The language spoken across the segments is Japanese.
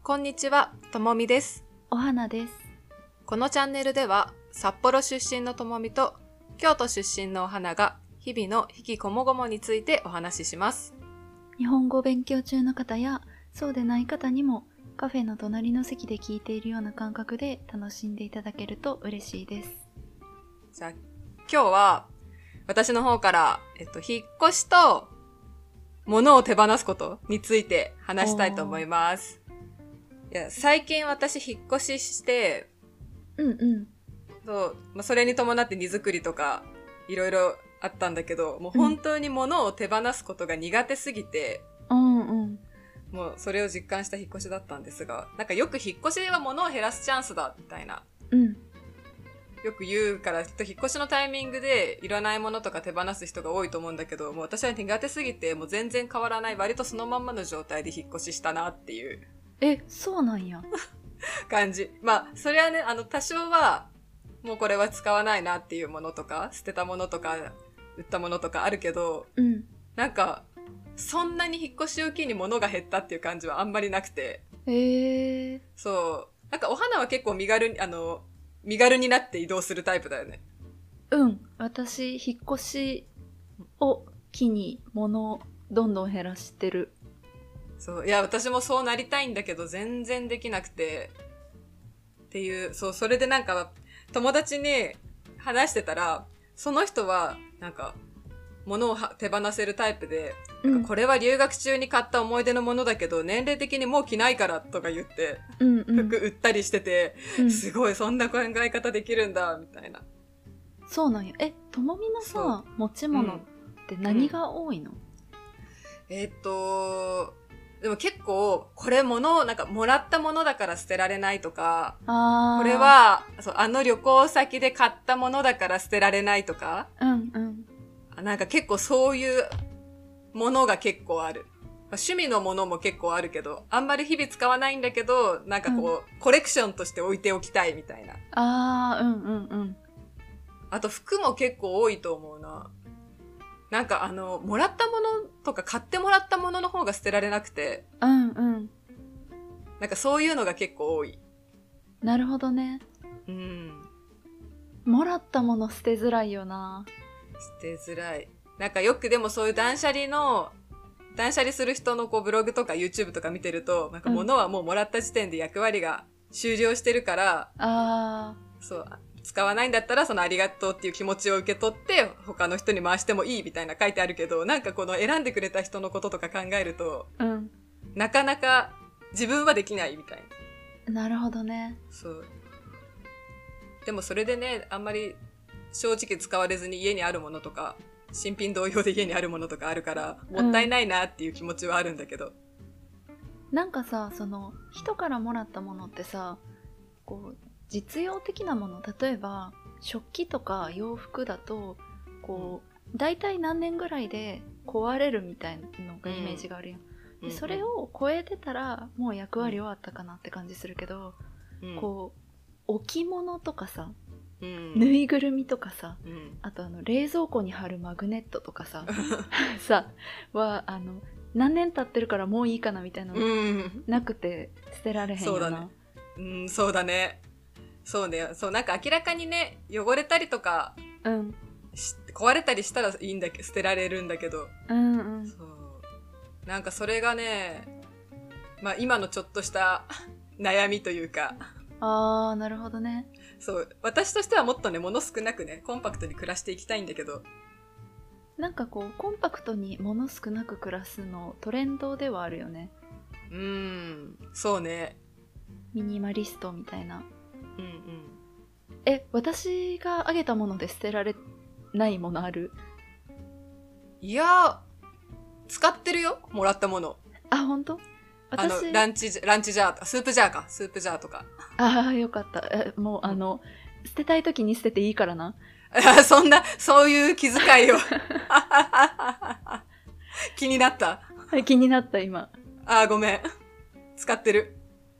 こんにちは、ともみです。 お花です。 このチャンネルでは、札幌出身のともみと京都出身のお花が日々の引きこもごもについてお話しします。 日本語勉強中の方やそうでない方にもカフェの隣の席で聞いているような感覚で楽しんでいただけると嬉しいです。 じゃあ今日は私の方から、引っ越しと物を手放すことについて話したいと思います。いや、最近私引っ越しして、それに伴って荷造りとかいろいろあったんだけど、もう本当に物を手放すことが苦手すぎて、もうそれを実感した引っ越しだったんですが、なんかよく引っ越しは物を減らすチャンスだみたいな、よく言うから、引っ越しのタイミングでいらないものとか手放す人が多いと思うんだけど、もう私は苦手すぎてもう全然変わらない、割とそのまんまの状態で引っ越ししたなっていうそうなんや感じ。まあそれはね、多少はもうこれは使わないなっていうものとか、捨てたものとか売ったものとかあるけど、なんかそんなに引っ越しを機に物が減ったっていう感じはあんまりなくて、そう、なんかお花は結構身軽になって移動するタイプだよね。 私引っ越しを機に物をどんどん減らしてる。 そう、いや私もそうなりたいんだけど全然できなくてっていう、そう、それでなんか友達に話してたら、その人はなんか物を手放せるタイプで、これは留学中に買った思い出のものだけど年齢的にもう着ないからとか言って、服売ったりしてて、すごいそんな考え方できるんだみたいな。 そうなんや。ともみのさ、持ち物って何が多いの？ でも結構これなんかもらったものだから捨てられないとか、これは旅行先で買ったものだから捨てられないとか、なんか結構そういうものが結構ある。趣味のものも結構あるけど、あんまり日々使わないんだけど、なんかこう、コレクションとして置いておきたいみたいな。あと服も結構多いと思うな。なんかもらったものとか買ってもらったものの方が捨てられなくて。なんかそういうのが結構多い。 なるほどね。もらったもの捨てづらいよな。 捨てづらい。なんかよくでもそういう断捨離する人のブログとか YouTube とか見てると、なんか物はもうもらった時点で役割が終了してるから、そう、使わないんだったらそのありがとうっていう気持ちを受け取って他の人に回してもいいみたいな書いてあるけど、なんかこの選んでくれた人のこととか考えると、なかなか自分はできないみたいな。 なるほどね。 そう。でもそれでね、あんまり正直使われずに家にあるものとか、新品同様で家にあるものとかあるから、もったいないなっていう気持ちはあるんだけど。 なんかさ、その人からもらったものってさ、こう実用的なもの、例えば食器とか洋服だとだいたい何年ぐらいで壊れるみたいなのがイメージがあるやん。でそれを超えてたらもう役割終わったかなって感じするけど、置物とかさ、ぬいぐるみとかさ、あと冷蔵庫に貼るマグネットとかさは何年経ってるからもういいかなみたいなのなくて捨てられへんよな。 そうだね。そうだね。そうね。そう、なんか明らかにね、汚れたりとか、壊れたりしたらいいんだけど、捨てられるんだけど、そう。なんかそれがね、まあ今のちょっとした悩みというか。 なるほどね。 そう、私としてはもっとね、物少なくね、コンパクトに暮らしていきたいんだけど。 なんかコンパクトに物少なく暮らすのトレンドではあるよね。 そうね。 ミニマリストみたいな。私があげたもので捨てられないものある？ いや、使ってるよ、もらったもの。 本当？ ランチジャー、スープジャーとか。 よかった。もう捨てたい時に捨てていいからな。 そういう気遣いを。気になった。 気になった今。 ごめん。使ってる。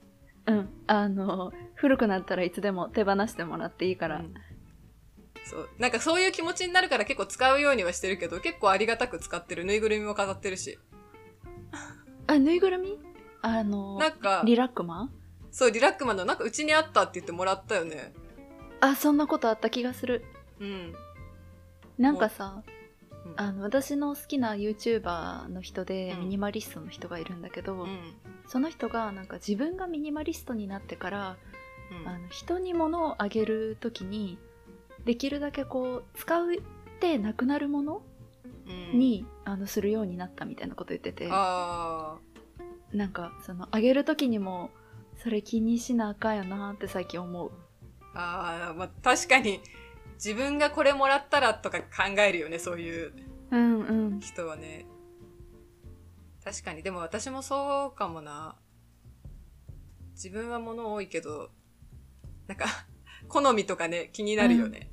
古くなったらいつでも手放してもらっていいから。 そう。なんかそういう気持ちになるから結構使うようにはしてるけど、結構ありがたく使ってる。ぬいぐるみも飾ってるし。 ぬいぐるみ？ なんかリラックマ？ そう、リラックマのなんかうちにあったって言ってもらったよね。 あ、そんなことあった気がする。 うん。 なんかさ、 うん、 私の好きな YouTuber の人でうんミニマリストの人がいるんだけど、 うん、 その人がなんか自分がミニマリストになってから、 うん、 人に物をあげるときにできるだけこう使うってなくなるものに、するようになったみたいなこと言ってて、 あなんかそのあげるときにもそれ気にしなあかんよなって最近思う。 あ、まあ、確かに自分がこれもらったらとか考えるよね、そういう人はね。確かに。でも私もそうかもな。自分は物多いけど、なんか好みとかね、気になるよね。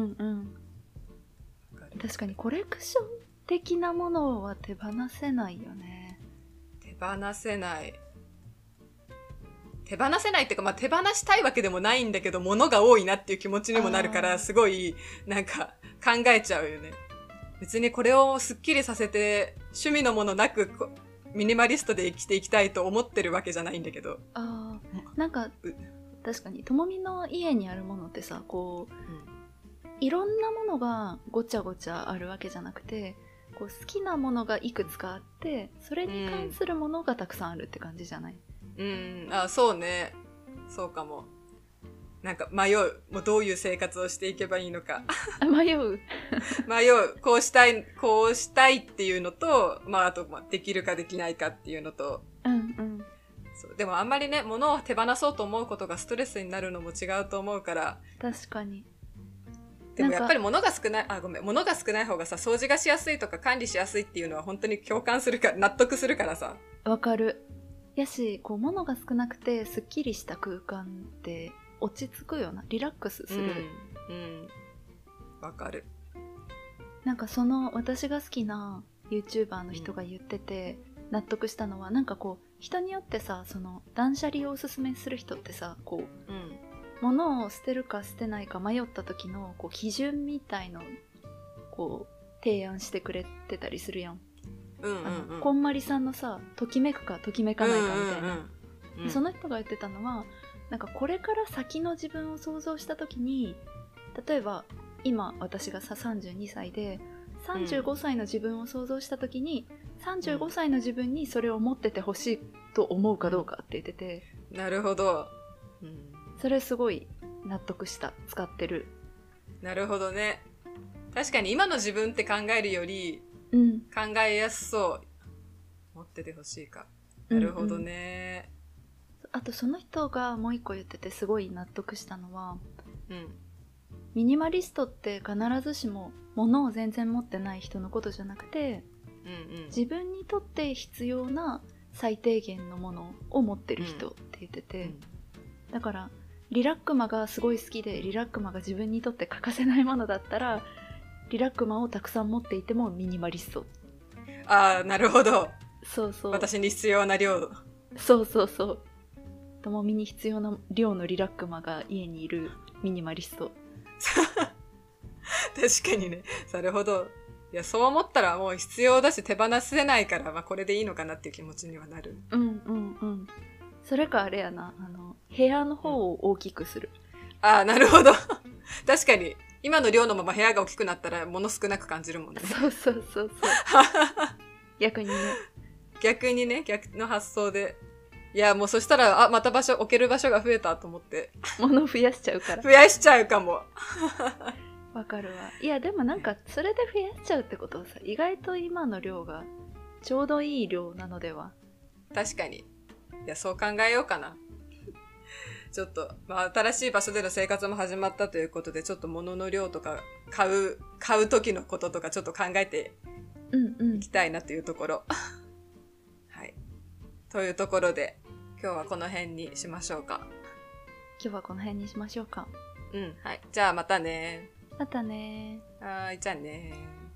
確かにコレクション的なものは手放せないよね。 手放せない。手放せないっていうか、まあ、手放したいわけでもないんだけど、物が多いなっていう気持ちにもなるから、すごい、なんか、考えちゃうよね。別にこれをスッキリさせて、趣味のものなく、ミニマリストで生きていきたいと思ってるわけじゃないんだけど。 なんか、確かに、ともみの家にあるものってさ、こう、いろんなものがごちゃごちゃあるわけじゃなくて、こう好きなものがいくつかあって、それに関するものがたくさんあるって感じじゃない？ そうね。そうかも。なんか迷う。もうどういう生活をしていけばいいのか。 迷う迷う。こうしたいっていうのと、まああと、できるかできないかっていうのと。そうでもあんまりね、物を手放そうと思うことがストレスになるのも違うと思うから。 確かに。 でもやっぱり物が少ない方がさ、掃除がしやすいとか管理しやすいっていうのは本当に共感するから、納得するからさ。 わかる。やし、こう物が少なくてすっきりした空間って落ち着くよな。リラックスする。 わかる。 なんかその私が好きな YouTuber の人が言ってて納得したのは、なんかこう人によってさ、その断捨離をおすすめする人ってさ、こう、物を捨てるか捨てないか迷った時のこう基準みたいのをこう提案してくれてたりするやん。こんまりさんのさ、ときめくかときめかないかみたいな、その人が言ってたのは、なんかこれから先の自分を想像した時に、例えば今私がさ32歳で35歳の自分を想像した時に、35歳の自分にそれを持っててほしいと思うかどうかって言ってて、 なるほど、 それすごい納得した。使ってる。 なるほどね。確かに今の自分って考えるより、考えやすそう。持っててほしいか。なるほどね。 あとその人がもう一個言っててすごい納得したのは、ミニマリストって必ずしも物を全然持ってない人のことじゃなくて、自分にとって必要な最低限のものを持ってる人って言ってて、だからリラックマがすごい好きで、リラックマが自分にとって欠かせないものだったら、リラックマをたくさん持っていてもミニマリスト。 なるほど。 そうそう。 私に必要な量。 そうそうそう。ともみに必要な量のリラックマが家にいるミニマリスト。 確かにね。なるほど。いや、そう思ったらもう必要だし手放せないから、これでいいのかなっていう気持ちにはなる。 それかあれやな、部屋の方を大きくする。 なるほど。確かに。今の量のまま部屋が大きくなったら物少なく感じるもんね。 そう逆にね。 逆の発想で。いや、もうそしたら、また置ける場所が増えたと思って。 物増やしちゃうから。 増やしちゃうかも。 わかるわ。いや、でもなんか、それで増やしちゃうってことはさ、意外と今の量がちょうどいい量なのでは。 確かに。いや、そう考えようかな。ちょっと、新しい場所での生活も始まったということで、ちょっと物の量とか、買う時のこととか、ちょっと考えていきたいなというところ。はい。というところで、今日はこの辺にしましょうか。 はい。 じゃあまたね。 またね。 はい、じゃあね。